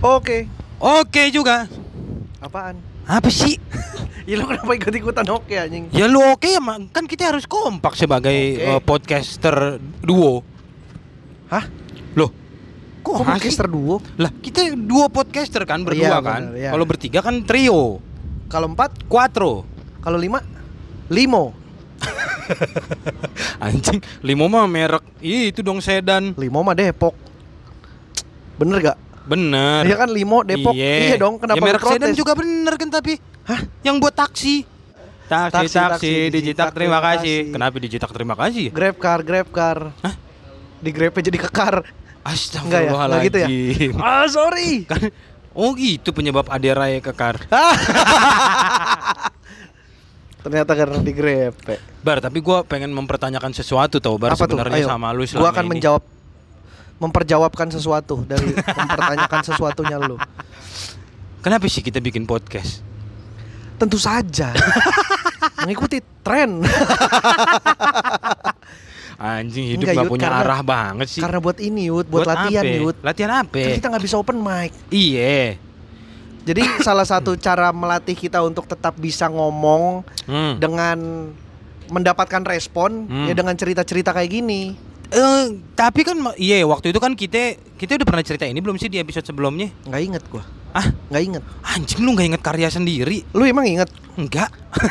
Oke. Oke juga. Apaan? Apa sih? Ya lu kenapa ikut-ikutan oke anjing? Ya lu oke ya, kan kita harus kompak sebagai podcaster duo. Hah? Loh, Kok podcaster duo? Lah, kita duo podcaster kan berdua Iya, kan. bener, iya. Kalau bertiga kan trio, Kalau 4? quattro. Kalau 5? Limo. Anjing, limo mah merek itu dong sedan. Limo mah Depok. Bener gak? Bener. Iya kan Limo Depok. Iya dong, kenapa ya, lu merek protes? sedan juga bener kan tapi. Hah? Yang buat taksi. Taksi, Digitak, Digitak terima terima kasih. kasih. Kenapa Digitak terima kasih? Grab car. Hah? Di Grab jadi kekar. Astagfirullahaladzim. Enggak gitu ya? Sorry. Kan, oh gitu penyebab aderaya kekar. Ternyata karena di Grab. Bar, tapi gue pengen mempertanyakan sesuatu tau Bar sebenarnya sama lu selama Gua akan ini. memperjawabkan sesuatu dari mempertanyakan sesuatunya lu. Kenapa sih kita bikin podcast? Tentu saja mengikuti tren. Anjing, hidup Enggak, gak Yud, punya arah banget sih. Karena buat ini Yud, buat latihan apa? Yud. Latihan apa? Kan kita nggak bisa open mic. Iya. Jadi salah satu cara melatih kita untuk tetap bisa ngomong dengan mendapatkan respon ya dengan cerita-cerita kayak gini. Tapi kan iya waktu itu kan kita udah pernah cerita ini belum sih di episode sebelumnya? Nggak inget gua. Ah, nggak inget. Anjing, lu nggak inget karya sendiri? Lu emang inget? Enggak.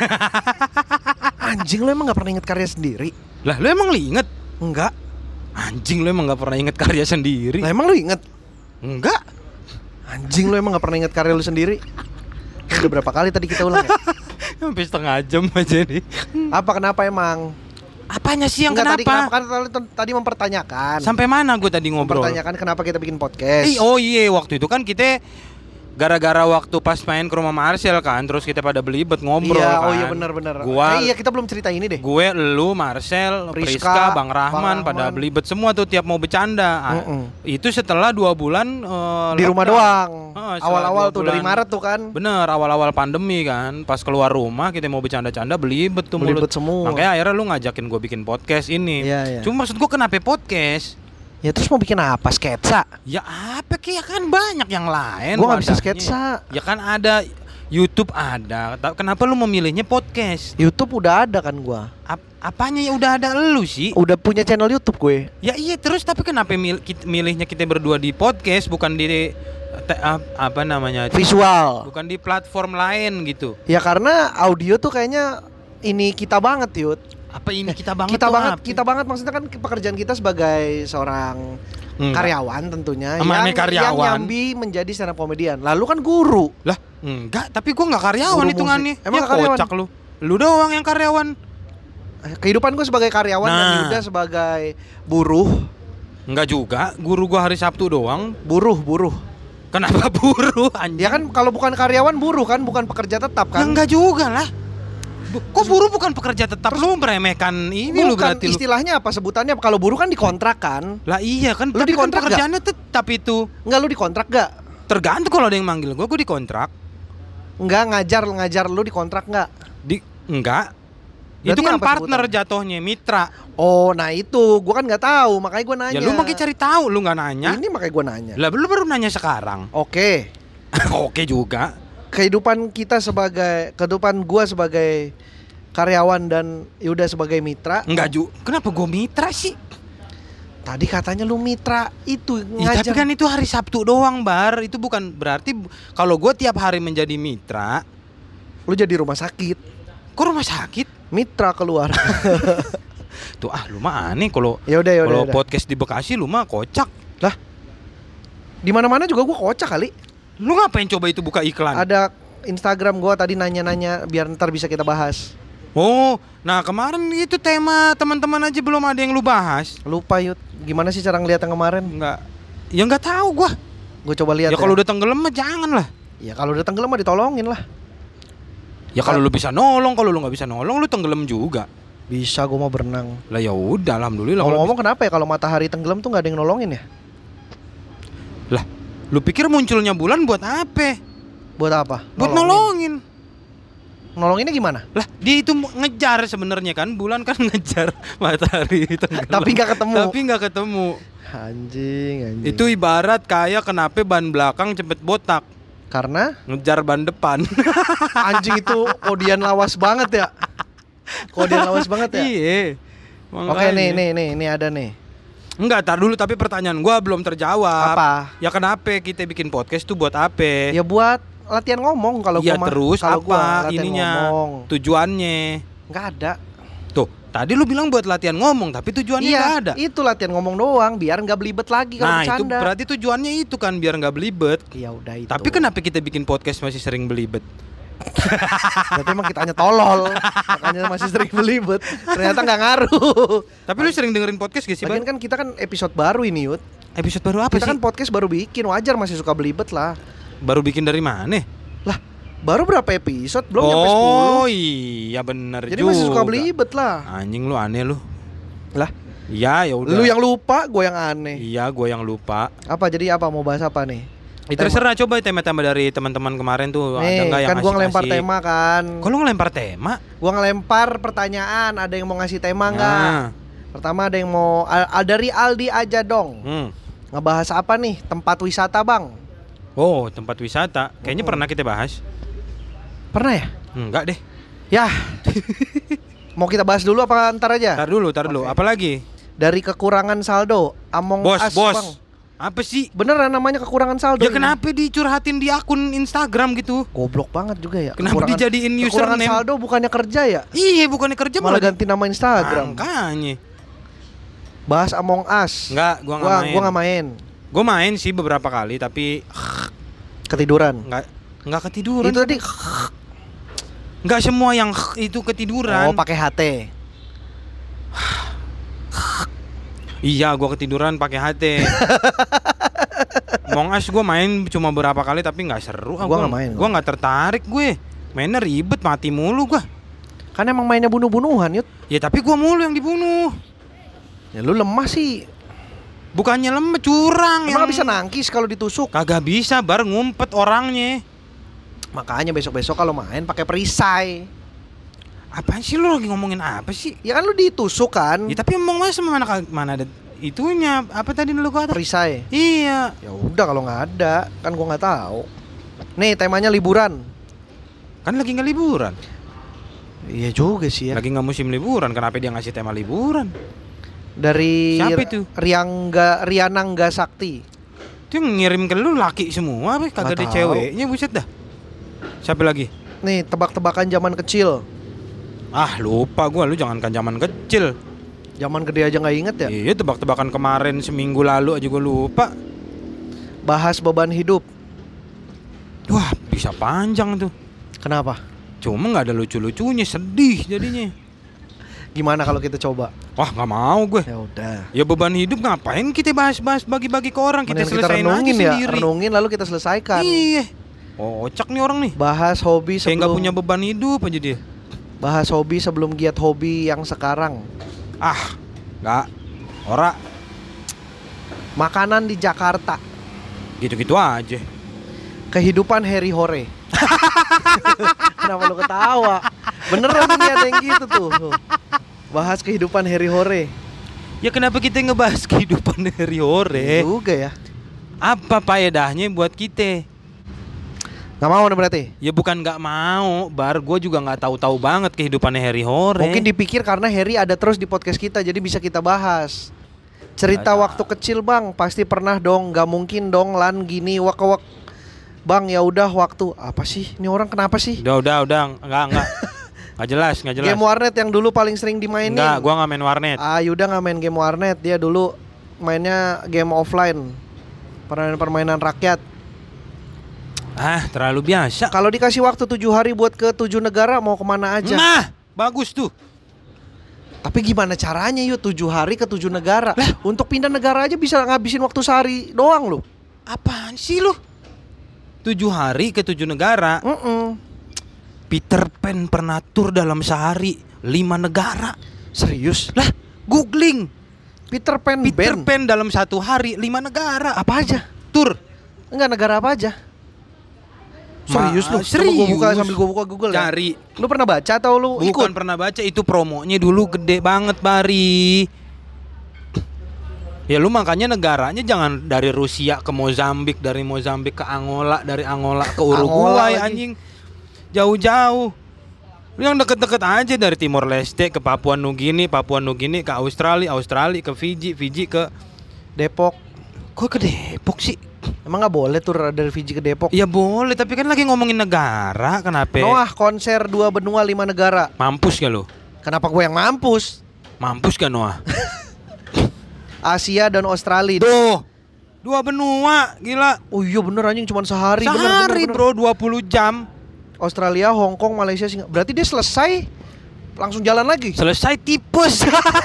Anjing, lu emang nggak pernah inget karya sendiri? Lah, lu emang inget? Enggak. Anjing, lu emang nggak pernah inget karya sendiri? Lah emang lu inget? Enggak. Anjing, lu emang nggak pernah inget karya lu sendiri? Udah berapa kali tadi kita ulang ya? Sampai setengah jam aja nih. Apa kenapa emang? Apanya sih yang Enggak, kenapa? Tadi mempertanyakan. Sampai mana gue tadi ngobrol? Mempertanyakan kenapa kita bikin podcast. Oh iya, waktu itu kan kita gara-gara waktu pas main ke rumah Marcel kan, terus kita pada belibet ngobrol iya, kan. Oh iya benar. Iya, kita belum cerita ini deh. Gue, lu, Marcel, Priska, Bang Rahman pada belibet semua tuh tiap mau bercanda. Itu setelah 2 bulan di rumah doang. Awal-awal tuh dari Maret tuh kan. Bener, awal-awal pandemi kan. Pas keluar rumah kita mau bercanda-canda belibet tuh mulut. Semua. Makanya akhirnya lu ngajakin gue bikin podcast ini. Iya. Cuma maksud gue kenapa podcast? Ya terus mau bikin apa? Sketsa? Ya apa ya kan banyak yang lain. Gue gak bisa sketsa. Ya kan ada YouTube ada. Kenapa lu memilihnya podcast? YouTube udah ada kan gua. Apanya ya udah ada lu sih? Udah punya channel YouTube gue. Ya iya terus tapi kenapa milihnya kita berdua di podcast bukan di apa namanya? Visual. Bukan di platform lain gitu. Ya karena audio tuh kayaknya ini kita banget Yud. Apa ini kita banget? Kita banget maksudnya kan pekerjaan kita sebagai seorang karyawan tentunya yang nyambi menjadi stand up comedian. Lalu kan guru. Lah, enggak, tapi gua enggak karyawan hitungannya. Emang ya, karyawan? Kocak lu. Lu doang yang karyawan. Kehidupan gue sebagai karyawan dan Yuda sebagai buruh. Enggak juga, guru gua hari Sabtu doang. Buruh. Kenapa buruh anjing? Ya kan kalau bukan karyawan buruh kan, bukan pekerja tetap kan? Ya enggak juga lah. Kok buruh bukan pekerja tetap? Lu meremehkan ini bukan, lu berarti lu. Istilahnya apa sebutannya? Kalau buruh kan dikontrak kan? Lah iya kan, lu tapi dikontrak kan pekerjaannya tetap itu. Enggak, lu dikontrak gak? Tergantung kalau ada yang manggil gua dikontrak. Enggak, ngajar lu dikontrak gak? Enggak. Berarti itu kan partner sebutan? Jatuhnya, mitra. Oh, nah itu, gua kan nggak tahu, makanya gua nanya. Ya lu makin cari tahu, lu nggak nanya. Ini makanya gua nanya. Lah lu baru nanya sekarang. Oke. Oke juga. Kehidupan gua sebagai karyawan dan Yuda sebagai mitra. Enggak kenapa gua mitra sih? Tadi katanya lu mitra itu ngajar. Tapi kan itu hari Sabtu doang, Bar. Itu bukan berarti kalau gua tiap hari menjadi mitra. Lu jadi rumah sakit. Kok rumah sakit? Mitra keluar. Tuh lu mah aneh kalau podcast di Bekasi lu mah kocak. Lah. Di mana-mana juga gua kocak kali. Lu ngapain coba itu buka iklan? Ada Instagram gua tadi nanya-nanya biar ntar bisa kita bahas. Oh, nah kemarin itu tema teman-teman aja belum ada yang lu bahas. Lupa Yud, gimana sih cara ngeliat yang kemarin? Enggak. Ya enggak tahu gua. Gua coba lihat. Ya kalau udah tenggelam mah jangan lah. Ya kalau udah tenggelam mah ditolongin lah. Ya kalau lu bisa nolong, kalau lu nggak bisa nolong lu tenggelam juga. Bisa, gua mau berenang. Lah ya udah, alhamdulillah. Ngomong-ngomong kenapa ya kalau matahari tenggelam tuh nggak ada yang nolongin ya? Lah, lu pikir munculnya bulan buat apa? Buat apa? Buat nolongin. Nolonginnya gimana? Lah, dia itu ngejar sebenarnya kan, bulan kan ngejar matahari tenggelam. Tapi nggak ketemu. Anjing. Itu ibarat kayak kenapa ban belakang cepet botak. Karena ngejar ban depan. Anjing itu kodian lawas banget ya. Kodian lawas banget ya. Iya. Oke nih ada nih. Enggak, tar dulu, tapi pertanyaan gua belum terjawab. Apa? Ya kenapa kita bikin podcast tuh buat apa? Ya buat latihan ngomong kalau ya, gua terus kalau apa gua ininya? ngomong. Tujuannya? Nggak ada. Tuh, tadi lu bilang buat latihan ngomong, tapi tujuannya nggak ada. Itu latihan ngomong doang, biar nggak belibet lagi kalau bercanda. Nah, itu berarti tujuannya itu kan biar nggak belibet. Ya udah itu. Tapi kenapa kita bikin podcast masih sering belibet? Berarti emang kitanya tolol. Makanya masih sering belibet. Ternyata nggak ngaruh. Tapi lu sering dengerin podcast gak sih, Bang? Kan kita kan episode baru ini, Yud. Episode baru apa kita sih? Kita kan podcast baru bikin, wajar masih suka belibet lah. Baru bikin dari mana? Lah, baru berapa episode? Belum nyampe 10. Oh iya bener juga. Jadi masih suka belibet lah. Anjing lu aneh lu. Lah, iya ya udah. Lu yang lupa, gue yang aneh. Iya, gue yang lupa. Apa jadi apa, mau bahas apa nih? Terserah, coba tema-tema dari teman-teman kemarin tuh. Nih, ada nggak yang kan gue ngelempar tema kan. Kok lu ngelempar tema? Gue ngelempar pertanyaan, ada yang mau ngasih tema nggak? Pertama ada yang mau dari Aldi aja dong. Ngebahas apa nih? Tempat wisata, Bang. Oh, tempat wisata. Kayaknya pernah kita bahas. Pernah ya? Enggak deh. Ya. Mau kita bahas dulu apa ntar aja? Tar dulu. Okay. Apalagi? Dari kekurangan saldo Among Us, Bang. Apa sih? Beneran namanya kekurangan saldo. Ya ini. Kenapa dicurhatin di akun Instagram gitu? Goblok banget juga ya. Kenapa dijadiin username? Kekurangan saldo bukannya kerja ya? Iya, bukannya kerja malah ganti nama Instagram. Makanya. Bahas Among Us. Enggak, gua nggak main. Gua main sih beberapa kali tapi ketiduran. Enggak ketiduran. Itu tadi enggak semua yang itu ketiduran. Oh, pakai HT. Iya, gua ketiduran pakai HT. Among Us gua main cuma beberapa kali tapi nggak seru. Gua nggak main. Gua nggak tertarik gue. Mainnya ribet, mati mulu gua. Kan emang mainnya bunuh-bunuhan, Yud. Ya tapi gua mulu yang dibunuh. Ya lu lemah sih. Bukannya lemah, curang. Emang bisa nangkis kalau ditusuk? Kagak bisa, bar ngumpet orangnya. Makanya besok-besok kalau main pakai perisai. Apaan sih, lu lagi ngomongin apa sih? Ya kan lu ditusuk kan? Ya tapi Among Us mana ada itunya, apa tadi lu kata? Perisai. Iya. Ya udah kalau nggak ada, kan gua nggak tahu. Nih temanya liburan. Kan lagi nggak liburan. Iya juga sih ya. Lagi nggak musim liburan, kenapa dia ngasih tema liburan? Dari siapa itu? Rianangga Sakti. Itu yang ngirim ke lu laki semua, apa? Kagak ada ceweknya, buset dah. Siapa lagi? Nih tebak-tebakan zaman kecil. Ah lupa gua, lu jangankan zaman kecil. Zaman gede aja nggak inget ya? Iya, tebak-tebakan kemarin seminggu lalu aja gua lupa. Bahas beban hidup. Wah, bisa panjang tuh. Kenapa? Cuma nggak ada lucu-lucunya, sedih jadinya. Gimana kalau kita coba? Wah, nggak mau gue. Ya udah. Ya beban hidup ngapain kita bahas-bahas bagi-bagi ke orang? Kita selesain aja sendiri. Renungin lalu kita selesaikan. Iya. Kocak nih orang nih. Bahas hobi sebelum. Kayak nggak punya beban hidup aja dia. Bahas hobi sebelum giat hobi yang sekarang. Ah, nggak. Ora. Makanan di Jakarta. Gitu-gitu aja. Kehidupan Harry Hore. Kenapa lu ketawa? Beneran ini ada yang gitu tuh. Bahas kehidupan Harry Hore. Ya kenapa kita ngebahas kehidupan Harry Hore? Juga ya. Apa faedahnya buat kita? Gak mau nih berarti? Ya bukan gak mau, bar gue juga gak tahu-tahu banget kehidupannya Harry Hore. Mungkin dipikir karena Harry ada terus di podcast kita, jadi bisa kita bahas. Cerita waktu kecil Bang, pasti pernah dong. Gak mungkin dong lan gini wak-wak. Bang ya udah waktu. Apa sih? Ini orang kenapa sih? Udah, enggak. Gak jelas. Game warnet yang dulu paling sering dimainin. Enggak, gua gak main warnet. Yuda gak main game warnet. Dia dulu mainnya game offline. Permainan rakyat. Terlalu biasa. Kalau dikasih waktu 7 hari buat ke 7 negara, mau kemana aja? Nah, bagus tuh. Tapi gimana caranya yuk 7 hari ke 7 negara? Lah, untuk pindah negara aja bisa ngabisin waktu sehari doang loh. Apaan sih lu? 7 hari ke 7 negara. Peter Pan pernah tur dalam sehari 5 negara. Serius? Lah, googling Peter Pan dalam 1 hari 5 negara. Apa aja? Tur. Enggak, negara apa aja? Serius lu? Serius. Gua buka sambil gua buka Google ya. Cari. Lu pernah baca atau lu Bukan ikut? Pernah baca, itu promonya dulu gede banget, Bari. Ya lu makanya negaranya jangan dari Rusia ke Mozambik, dari Mozambik ke Angola, dari Angola ke Uruguay anjing. Jauh-jauh. Lu yang deket-deket aja dari Timor Leste ke Papua Nugini ke Australia, Australia ke Fiji, Fiji ke Depok. Kok ke Depok sih? Emang nggak boleh tuh dari Fiji ke Depok? Ya boleh, tapi kan lagi ngomongin negara, kenapa? Noah konser 2 benua 5 negara. Mampus gak lu? Kenapa gue yang mampus? Mampus gak Noah? Asia dan Australia. Duh, 2 benua, gila. Oh iya bener anjing, cuma sehari. Sehari bener. bro, 20 jam. Australia, Hong Kong, Malaysia, Singapura. Berarti dia selesai langsung jalan lagi. Selesai tipes.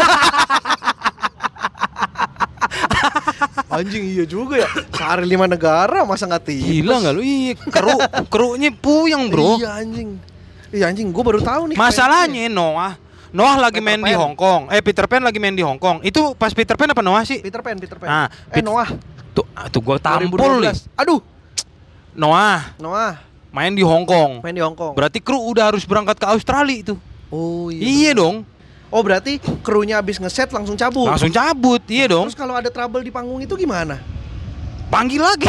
Anjing iya juga ya. Sehari 5 negara masa nggak tipes? Gila nggak lu? Iya, kerunya puyeng bro. Iya anjing. Iya anjing, gue baru tahu nih. Masalahnya Noah lagi Peter main di Pan. Hong Kong. Peter Pan lagi main di Hong Kong. Itu pas Peter Pan apa Noah sih? Peter Pan. Nah, Noah. Tuh gua tampol nih. 2012. Aduh. Noah main di Hong Kong. Main di Hong Kong. Berarti kru udah harus berangkat ke Australia itu. Oh iya. Iya dong. Oh berarti krunya abis ngeset langsung cabut. Langsung cabut, iya dong. Terus kalau ada trouble di panggung itu gimana? Panggil lagi.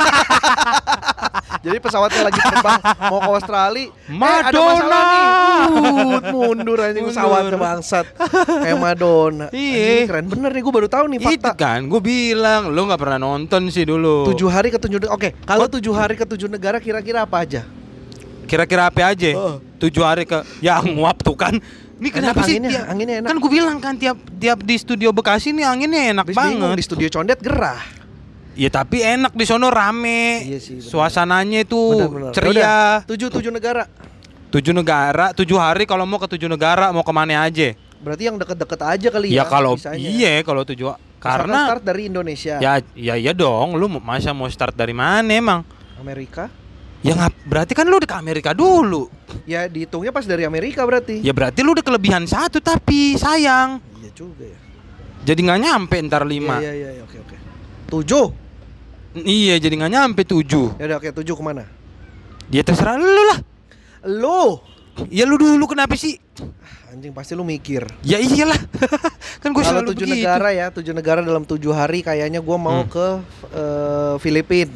Jadi pesawatnya lagi terbang mau ke Australia. Madonna. Ada masalah nih. Mundur anjing pesawatnya bangsat. Kayak Madonna. Iya. Anjing, keren bener nih, gue baru tahu nih Itu fakta. kan, gue bilang lu nggak pernah nonton sih dulu. 7 hari ke 7 negara. Oke, kalau 7 hari ke 7 negara kira-kira apa aja? Kira-kira apa aja? 7 hari ke, ya nguap tuh kan. Ini Enak kenapa sih? anginnya enak. Kan gue bilang kan tiap di studio Bekasi nih anginnya enak Habis bingung, banget. di studio Condet gerah. Ya tapi enak di sono rame. Iya sih, bener. Suasananya itu Bener-bener. ceria. 7 negara. 7 negara, 7 hari kalau mau ke 7 negara mau kemana aja? Berarti yang deket-deket aja kali ya. Ya kalau bisanya. iya kalau 7 karena start dari Indonesia. ya dong, lu masa mau start dari mana emang? Amerika. Ya berarti kan lu udah ke Amerika dulu. Ya dihitungnya pas dari Amerika berarti. Ya berarti lu udah kelebihan 1 tapi sayang. Iya juga ya. Jadi nggak nyampe ntar 5. Iya, oke. 7. Iya jadi nggak nyampe 7. Ya udah oke, 7 kemana? Ya terserah lu lah. Lo. Ya lu dulu kenapa sih? Anjing pasti lu mikir. Ya iyalah. Kan gue Kalau selalu 7 begitu. negara ya, 7 negara dalam 7 hari kayaknya gua mau ke Filipina,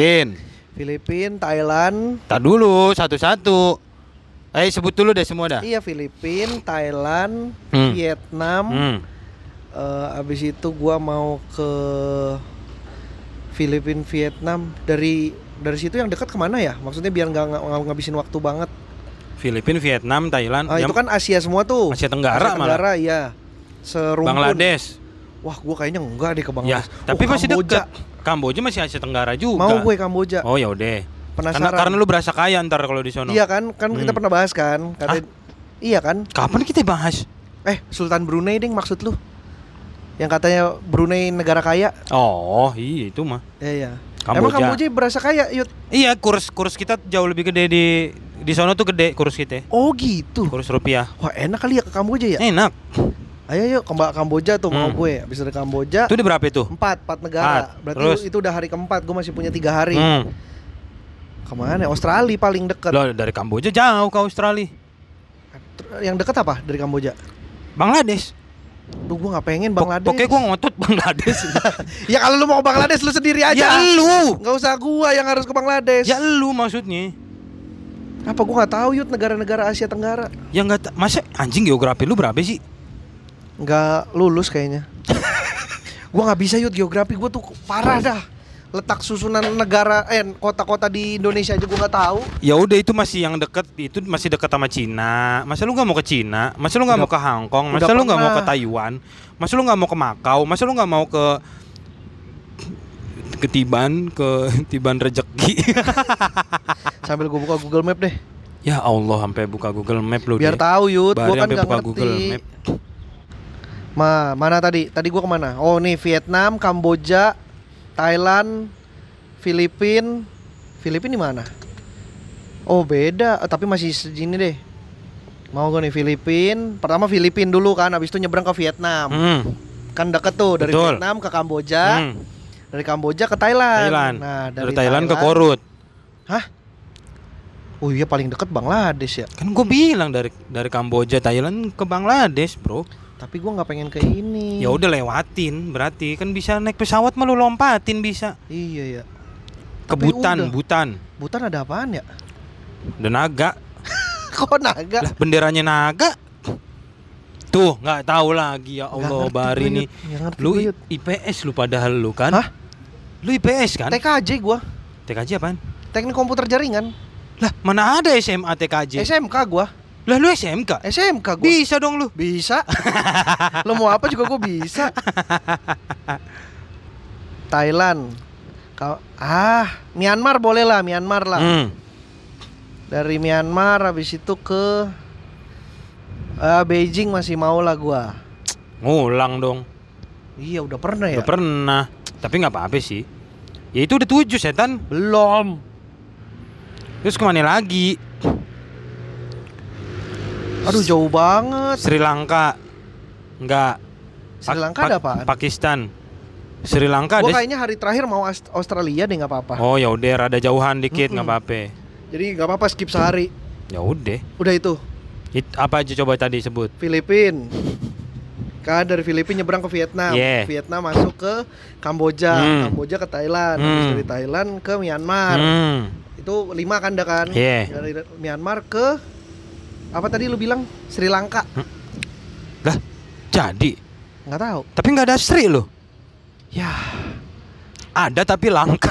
Thailand. Tak dulu satu-satu. Sebut dulu deh semua dah. Iya, Filipina, Thailand, Vietnam. Abis itu gua mau ke Filipina, Vietnam. Dari situ yang dekat kemana ya? Maksudnya biar nggak ngabisin waktu banget. Filipina, Vietnam, Thailand. Itu kan Asia semua tuh. Asia Tenggara malah. Iya. Serumpun. Bangladesh. Wah, gua kayaknya enggak deh ke Ya, Bangladesh. tapi masih Kamboja. dekat. Kamboja masih Asia Tenggara juga. Mau gue Kamboja. Oh ya udah. Penasaran. Karena lu berasa kaya ntar kalau di sono. Iya kan kita pernah bahas kan. Iya kan? Kapan kita bahas? Sultan Brunei ding maksud lu? Yang katanya Brunei negara kaya. Oh, iya itu mah. Iya. Kamboja. Emang Kamboja berasa kaya, Yud? Iya, kurs kita jauh lebih gede di sono tuh gede kurs kita. Oh gitu. Kurs rupiah. Wah enak kali ya ke Kamboja ya. Enak. Ayo yuk ke Kamboja tuh mau gue. Abis dari Kamboja. Itu di berapa itu? 4 negara. Berarti Terus? itu udah hari keempat. Gue masih punya 3 hari. Kemana? Australia paling deket. Loh, dari Kamboja jauh ke Australia. Yang deket apa dari Kamboja? Bangladesh. Duh gue gak pengen Bangladesh. Pokoknya gue ngotot Bangladesh. Ya kalau lu mau ke Bangladesh lu sendiri aja. Ya lu. Gak usah gua yang harus ke Bangladesh. Ya lu maksudnya. Apa gua gak tahu Yud negara-negara Asia Tenggara. Ya enggak masa anjing geografi lu berapa sih? Nggak lulus kayaknya. Gua nggak bisa Yud geografi, gua tuh parah dah. Letak susunan negara kota-kota di Indonesia aja gua nggak tahu. Ya udah itu masih yang deket, itu masih deket sama Cina. Masa lu nggak mau ke Cina? Masa lu nggak mau ke Hong Kong? Masa lu nggak mau ke Taiwan? Masa lu nggak mau ke Makau? Masa lu nggak mau ke Tiban Rejeki? Sambil gua buka Google Map deh. Ya Allah, sampai buka Google Map lu biar deh. tahu Yud, gua kan nggak buka ngerti. Google Map. Mana tadi? Tadi gua kemana? Oh nih Vietnam, Kamboja, Thailand, Filipina di mana? Oh beda, tapi masih segini deh. Mau gue nih Filipina. Pertama Filipina dulu kan, habis itu nyebrang ke Vietnam. Kan deket tuh dari Betul. Vietnam ke Kamboja. Dari Kamboja ke Thailand. Nah dari Thailand ke Korut. Hah? Oh iya paling deket Bangladesh ya. Kan gue bilang dari Kamboja, Thailand ke Bangladesh, bro. Tapi gua nggak pengen ke ini. Ya udah lewatin, berarti kan bisa naik pesawat mah lu lompatin bisa. Iya ya. Ke Tapi Butan, udah. Butan. Butan ada apaan ya? Ada naga. Kok naga? Lah benderanya naga. Tuh, nggak tahu lagi ya Allah Nggak ngerti Bari gue, nih. Yud. Nggak ngerti Lu gue, Yud. IPS lu padahal lu kan? Hah? Lu IPS kan? TKJ gua. TKJ apaan? Teknik komputer jaringan. Lah, mana ada SMA TKJ? SMK gua. Lah lu SMK? SMK gua. Bisa dong lu. Bisa. Lo mau apa juga gua bisa. Thailand. Myanmar boleh lah, Myanmar lah. Dari Myanmar habis itu ke Beijing masih mau lah gua. Ngulang dong. Iya udah pernah ya? Udah pernah. Tapi nggak apa-apa sih. Ya itu udah 7 setan. Belum. Terus kemana lagi? Aduh jauh banget. Sri Lanka. Enggak. Sri Lanka ada apaan? Pakistan. Sri Lanka Gua ada. kayaknya hari terakhir mau Australia deh nggak apa-apa. Oh ya udah rada jauhan dikit nggak apa-apa. Jadi nggak apa-apa skip sehari. Ya udah. Udah itu. Apa aja coba tadi sebut? Filipin. Kan dari Filipina nyebrang ke Vietnam. Yeah. Vietnam masuk ke Kamboja. Kamboja ke Thailand. Habis dari Thailand ke Myanmar. Itu 5 kan dah kan. Yeah. Dari Myanmar ke apa tadi lu bilang? Sri Lanka. Lah, jadi. Nggak tahu. Tapi nggak ada Sri loh. Ya. Ada tapi langka.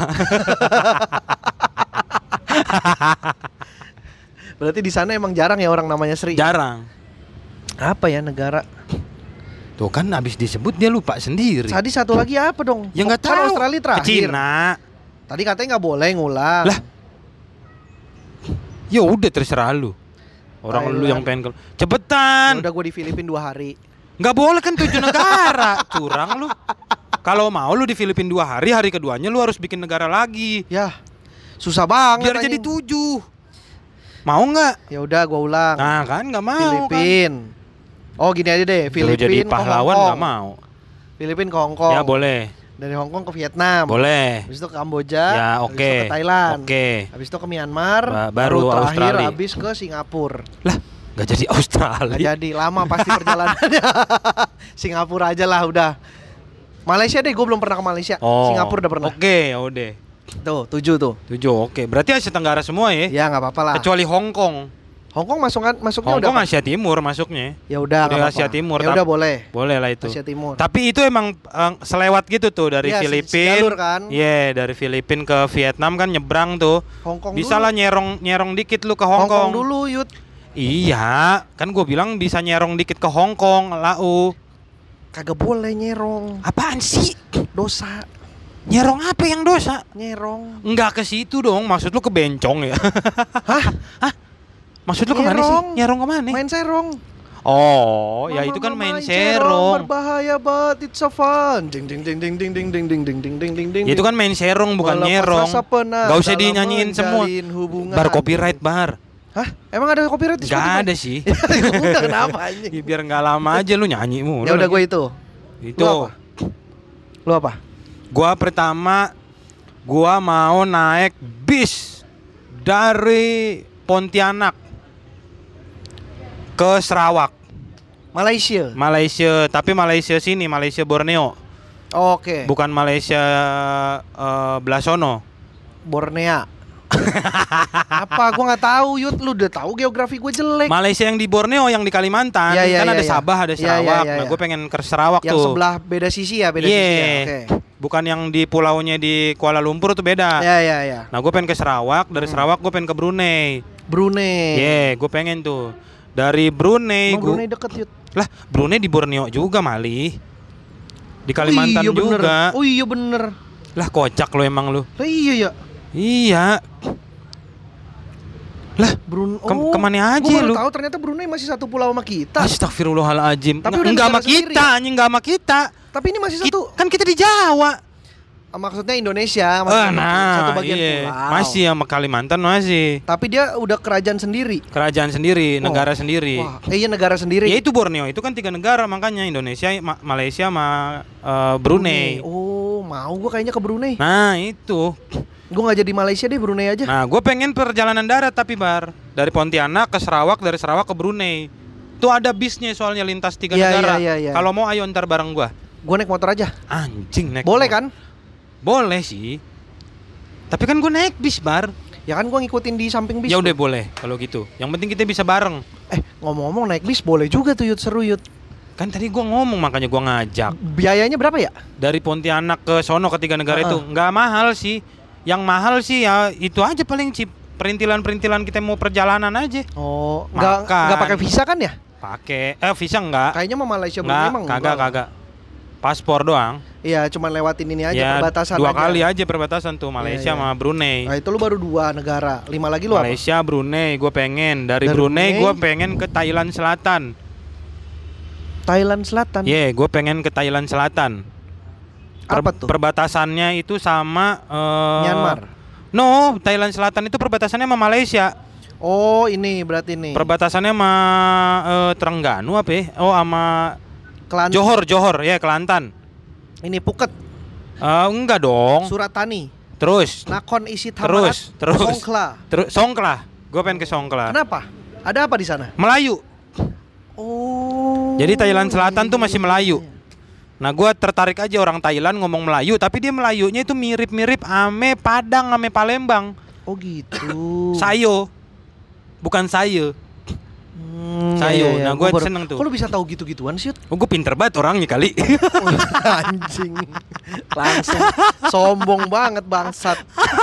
Berarti di sana emang jarang ya orang namanya Sri. Jarang. Apa ya negara? Tuh kan abis disebut dia lupa sendiri. Tadi satu lagi apa dong? Ya nggak Kan tahu. Australia Ke terakhir. Cina. Tadi katanya nggak boleh ngulang. Lah. Ya udah terserah lu. Orang lu Thailand. yang pengen cepetan. Udah gue di Filipina 2 hari. Nggak boleh kan 7 negara. Curang lu. Kalau mau lu di Filipina 2 hari, hari keduanya lu harus bikin negara lagi. Ya. Susah banget. Biar jadi anjing. 7. Mau nggak? Ya udah gue ulang. Nah kan nggak mau kan. Filipin. Oh gini aja deh, Lu jadi Filipin ke pahlawan Hong nggak Kong. mau. Filipin ke Hong Kong. Ya boleh. Dari Hong Kong ke Vietnam. Boleh. Habis itu ke Kamboja. Ya Habis oke. itu ke Thailand. Oke. Habis itu ke Myanmar. Baru terakhir Australia. habis ke Singapura. Lah nggak jadi Nggak Australia. jadi lama pasti perjalanannya. Singapura aja lah udah. Malaysia deh, gue belum pernah ke Malaysia. Oh. Singapura udah pernah. Oke, ya udah. Tuh 7 tuh. 7 oke. Berarti Asia Tenggara semua ya? Ya nggak apa-apa lah. Kecuali Hong Kong. Hong Kong masuknya Hong udah Kong apa? Asia Timur masuknya. Ya udah Udah nggak apa-apa. Asia Timur, Ya udah boleh. Boleh lah itu. Asia Timur. Tapi itu emang selewat gitu tuh dari Iya, Filipina. sejalur kan? Iya, dari Filipina ke Vietnam kan nyebrang tuh. Hong Kong Bisa dulu. lah nyerong dikit lu ke Hong Hong Kong Kong. dulu, Yud. Iya, kan gue bilang bisa nyerong dikit ke Hong Kong, lau. Kagak boleh nyerong. Apaan sih? Dosa. Nyerong apa yang dosa? Nyerong. Enggak ke situ dong, maksud lu ke bencong ya? Hah? Maksud lu kemana sih? Nyerong. Nyerong kemana? Main serong. Oh, ya Mama, itu kan mama, main serong. Berbahaya but it's so fun. Ding ding ding ding ding ding ding ding ding ding ding ding ding. Ya itu kan main serong bukan Melepas nyerong. rasa penat Gak usah dalam dinyanyiin semua. menjalin hubungan. Bar copyright bar. Hah? Emang ada copyright di Spotify? Gak ada sih. Udah kenapa anjing? Ya, biar nggak lama aja lu nyanyi mulu. Ya udah gue itu. Itu. Lu apa? Lu apa? Gua pertama gua mau naik bis dari Pontianak ke Sarawak, Malaysia. Malaysia, tapi Malaysia sini, Malaysia Borneo. Oke. Bukan Malaysia Blasono. Borneo. Apa? Gua nggak tahu, Yud. Lu udah tahu geografi gue jelek. Malaysia yang di Borneo, yang di Kalimantan. Ya, ya, kan ya, ada ya. Sabah, ada Ya, Sarawak. ya, ya, Nah, ya. gue pengen ke Sarawak Yang tuh. sebelah beda sisi ya, beda sisi ya. Oke. Bukan yang di pulaunya di Kuala Lumpur tuh beda. Ya, ya, ya. Nah, gue pengen ke Sarawak, dari Sarawak gue pengen ke Brunei. Brunei. Gue pengen tuh. Dari Brunei, Emang Brunei deket, Yud. Lah, Brunei di Borneo juga Mali. Di Kalimantan Oh, iya, bener. juga. Oh iya bener. Lah, kocak lu emang lu. Lah iya ya. Iya. Lah, kemana aja gua baru lu? tahu ternyata Brunei masih satu pulau sama kita. Astagfirullahaladzim. Tapi udah Enggak sama negara sendiri. kita, anjing enggak sama kita. Tapi ini masih satu. Kan kita di Jawa. Maksudnya Indonesia masih satu bagian pulau. Masih sama Kalimantan masih. Tapi dia udah kerajaan sendiri. Kerajaan sendiri, Wah. negara sendiri. Wah, iya negara sendiri. Ya itu Borneo itu kan 3 negara, makanya Indonesia, Malaysia sama Brunei. Oh, mau gua kayaknya ke Brunei. Nah itu. Gua nggak jadi Malaysia deh, Brunei aja. Nah gue pengen perjalanan darat tapi dari Pontianak ke Sarawak, dari Sarawak ke Brunei. Tuh ada bisnya soalnya lintas 3 Iya, negara. iya, iya. Kalau mau ayo ntar bareng gua. Gua naik motor aja. Anjing naik. Boleh motor. kan? Boleh sih. Tapi kan gua naik bis, Bar. Ya kan gua ngikutin di samping bis. Ya udah tuh. boleh kalau gitu. Yang penting kita bisa bareng. Ngomong-ngomong naik bis boleh juga tuh Yud, seru Yud. Kan tadi gua ngomong makanya gua ngajak. Biayanya berapa ya? Dari Pontianak ke sono ke 3 negara itu nggak mahal sih. Yang mahal sih ya itu aja paling cheap. Perintilan-perintilan kita mau perjalanan aja. Oh, Makan. nggak pakai visa kan ya? Pakai visa enggak? Kayaknya mah Malaysia Enggak, Brunei emang kagak. Paspor doang. Iya, cuman lewatin ini aja Ya, perbatasan 2 aja. kali aja perbatasan tuh Malaysia Iya, iya. sama Brunei. Nah, itu lu baru 2 negara. 5 lagi lu apa? Malaysia, Brunei, gue pengen dari Dari Brunei Brunei? gue pengen ke Thailand Selatan. Thailand Selatan. Iya, gue pengen ke Thailand Selatan. Apa tuh? Perbatasannya itu sama Myanmar. No, Thailand Selatan itu perbatasannya sama Malaysia. Oh, ini berarti nih. Perbatasannya sama Terengganu apa ya? Oh, sama Kelantan. Johor, ya Kelantan. Ini Phuket, Enggak dong. Suratani, Terus, Nakhon Isi Thammarat, terus. Songkhla. Songkhla. Gue pengen ke Songkhla. Kenapa? Ada apa di sana? Melayu. Oh. Jadi Thailand Selatan tuh iya, masih iya, Melayu. iya. Nah, gue tertarik aja orang Thailand ngomong Melayu, tapi dia Melayunya itu mirip-mirip ame Padang, ame Palembang. Oh gitu. Sayo, bukan sayo. Sayo. Nah, gua seneng tuh. Kok lu bisa tahu gitu-gituan sih? Yud? Oh, gue pinter banget orangnya kali. Anjing. Langsung sombong banget bangsat.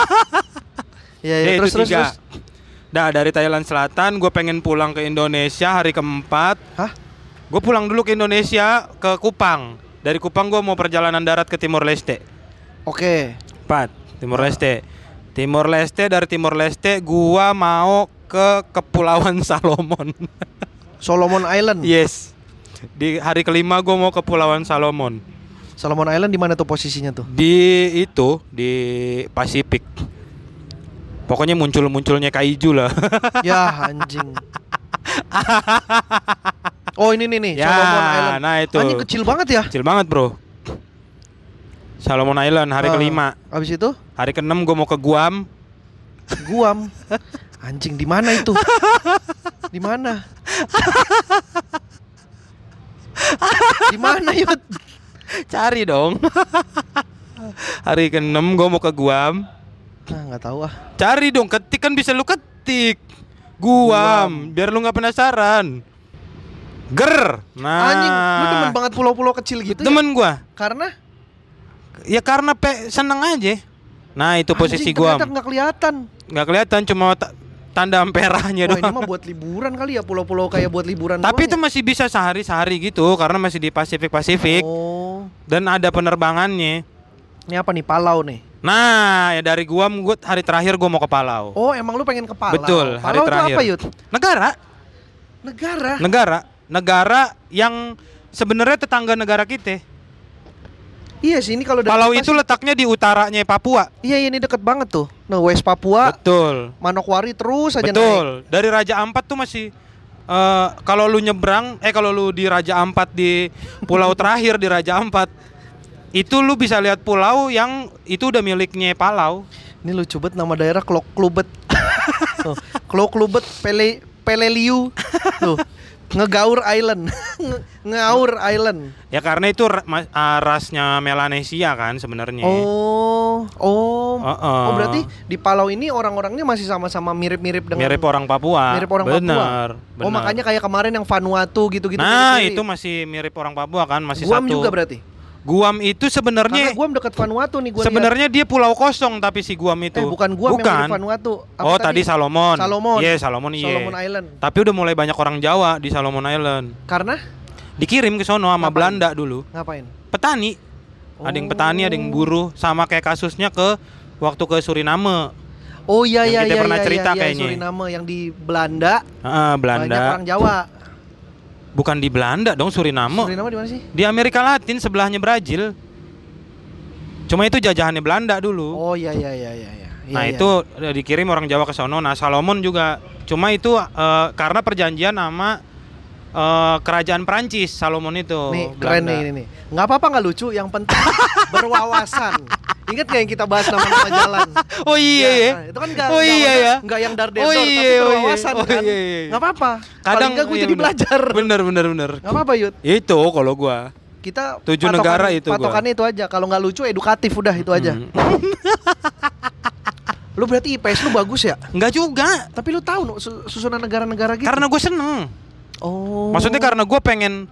Ya, ya. Itu Terus. tiga. Nah, dari Thailand Selatan, gue pengen pulang ke Indonesia hari keempat. Hah? Gue pulang dulu ke Indonesia ke Kupang. Dari Kupang gue mau perjalanan darat ke Timor Leste. Oke. 4. Timor Leste. Timor Leste, dari Timor Leste gua mau ke Kepulauan Salomon. Solomon Island. Yes. Di hari kelima gua mau ke Kepulauan Salomon. Solomon Island di mana tuh posisinya tuh? Di Pasifik. Pokoknya munculnya kaiju lah. Ya anjing. Oh ini nih Ya, Solomon Island. nah itu. Anjing kecil banget ya. Kecil banget, Bro. Salomon Island hari kelima. Habis itu Hari keenam gua mau ke Guam. Guam. Anjing di mana itu? Di mana? Di mana Yud? Cari dong. Hari keenam gua mau ke Guam. Nah, nggak tahu ah. Cari dong, ketik kan bisa lu ketik. Guam, biar lu nggak penasaran. Nah, Anjing, lu demen banget pulau-pulau kecil gitu Demen gua. Karena Karena seneng aja. Nah, itu posisi anjing, Guam. ternyata nggak kelihatan. Nggak kelihatan, cuma tanda merahnya Oh, ini doang. mah buat liburan kali ya, pulau-pulau kayak buat liburan Tapi itu doang masih bisa sehari-sehari gitu, karena masih di Pasifik. ya? Oh, Dan ada penerbangannya. ini apa nih, Palau nih? Nah, ya dari Guam hari terakhir gua mau ke Palau. Oh, emang lu pengen ke Palau? Betul, hari Palau itu terakhir. apa Yud? Negara? Negara yang sebenarnya tetangga negara kita. Iya sih, ini kalau dari Palau kita itu sih- letaknya di utaranya Papua. Iya, ini deket banget tuh. Nah, West Papua, Betul. Manokwari terus aja naik. Betul. Dari Raja Ampat tuh masih kalau lu nyebrang kalau lu di Raja Ampat di pulau terakhir di Raja Ampat itu lu bisa lihat pulau yang itu udah miliknya Palau. Ini lucu banget nama daerah Klok Klubet. Tuh, Klok Klubet Peleliu. Tuh, Ngegaur Island. Ngaur Island. Ya karena itu rasnya Melanesia kan sebenarnya. Oh. Heeh. Oh, berarti di Palau ini orang-orangnya masih sama-sama mirip-mirip dengan Mirip orang Papua. mirip orang Papua. Bener. Oh, makanya kayak kemarin yang Vanuatu gitu-gitu. Nah, mirip-mirip. itu masih mirip orang Papua kan, masih Guam satu. juga berarti. Guam itu Karena sebenarnya Guam dekat Vanuatu nih gua sebenarnya dia pulau kosong tapi si Guam itu. bukan Guam yang mirip Vanuatu. Apa Oh, tadi Salomon. Salomon. Iya, Salomon iya. Solomon Island. Tapi udah mulai banyak orang Jawa di Salomon Island. Karena Dikirim ke sono sama Ngapain? Belanda dulu. ngapain? Petani. Ada yang petani, ada yang buruh, sama kayak kasusnya waktu ke Suriname. Oh iya Yang iya kita iya pernah iya, cerita iya, kayaknya. Suriname yang di Belanda. Banyak Belanda. orang Jawa. Bukan di Belanda dong, Suriname. Suriname di mana sih? Di Amerika Latin sebelahnya Brazil. Cuma itu jajahannya Belanda dulu. Oh iya iya iya iya. Nah Iya, itu dikirim orang Jawa ke sono. Nah Salomon juga. Cuma itu karena perjanjian sama kerajaan Prancis Salomon itu. Nih keren Belanda. nih ini nih. Nggak apa-apa nggak lucu, yang penting berwawasan. Ingat gak yang kita bahas nama-nama jalan? Oh iya ya. Nah, itu kan enggak enggak yang dar Oh tapi iya, berwawasan oh kan. iya, iya. Enggak apa-apa. Kadang enggak gue iya, jadi bener. belajar. Bener. Enggak apa-apa, Yud. Itu kalau gua. Kita 7 negara itu gua. patokannya itu aja. Kalau nggak lucu edukatif udah itu aja. Lu berarti IPS lu bagus ya? Enggak juga. Tapi lu tahu susunan negara-negara gitu. Karena gue seneng. Oh. Maksudnya karena gue pengen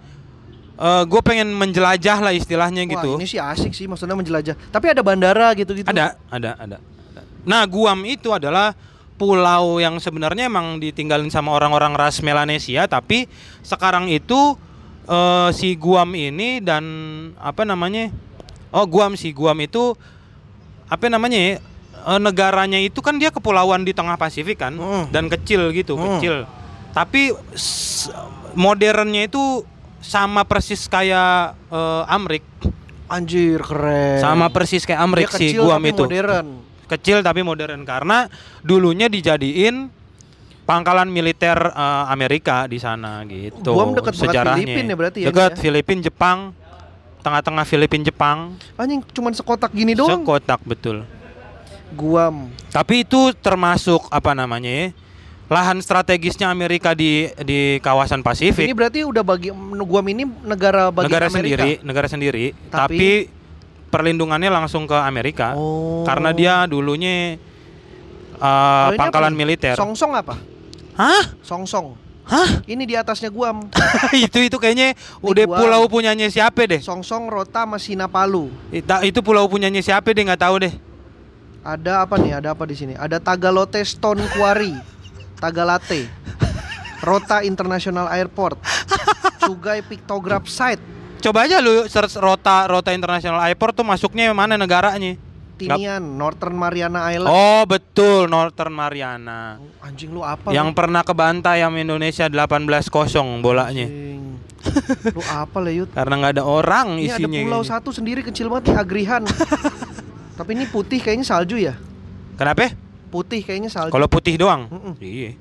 menjelajah lah istilahnya Wah, gitu. ini sih asik sih maksudnya menjelajah. Tapi ada bandara gitu-gitu. Ada. Nah, Guam itu adalah pulau yang sebenarnya emang ditinggalin sama orang-orang ras Melanesia, tapi sekarang itu si Guam ini dan apa namanya? Oh, Guam itu apa namanya ya? Negaranya itu kan dia kepulauan di tengah Pasifik kan, dan kecil gitu, kecil. Tapi modernnya itu sama persis kayak Amrik. Anjir keren. Sama persis kayak Amrik Dia si kecil Guam tapi itu. modern. Kecil tapi modern karena dulunya dijadiin pangkalan militer Amerika di sana gitu. Guam dekat banget sejarahnya. Filipin ya berarti ya. Dekat Filipin, Jepang. Tengah-tengah Filipin, Jepang. Anjing cuman sekotak gini doang. Sekotak betul. Guam. Tapi itu termasuk apa namanya ya? Lahan strategisnya Amerika di kawasan Pasifik. Ini berarti udah Guam ini negara bagian Amerika. Negara sendiri, tapi perlindungannya langsung ke Amerika. Oh. Karena dia dulunya Kalau ini pangkalan apa nih? militer. Songsong apa? Hah? Songsong. Hah? Ini di atasnya Guam. itu kayaknya udah Guam. pulau punyanya siapa deh? Songsong, Rota, sama Sinapalu. Itu pulau punyanya siapa deh, nggak tahu deh. Ada apa nih? Ada apa di sini? Ada Tagalote Stone Quarry, Tagalate, Rota International Airport, Sugai Pictograph Site, Coba aja lu search Rota International Airport tuh masuknya mana negaranya? Tinian, Northern Mariana Island. Oh betul, Northern Mariana. Anjing lu apa? Yang pernah kebantai sama Indonesia 18-0 bolanya. Anjing. Lu apa lah Yud? Karena nggak ada orang Ini isinya. ada pulau kayaknya. satu sendiri kecil banget nih, Agrihan. Tapi ini putih kayaknya salju ya? Kenapa? Putih kayaknya salju. Kalau putih doang? Mm-mm. Iya.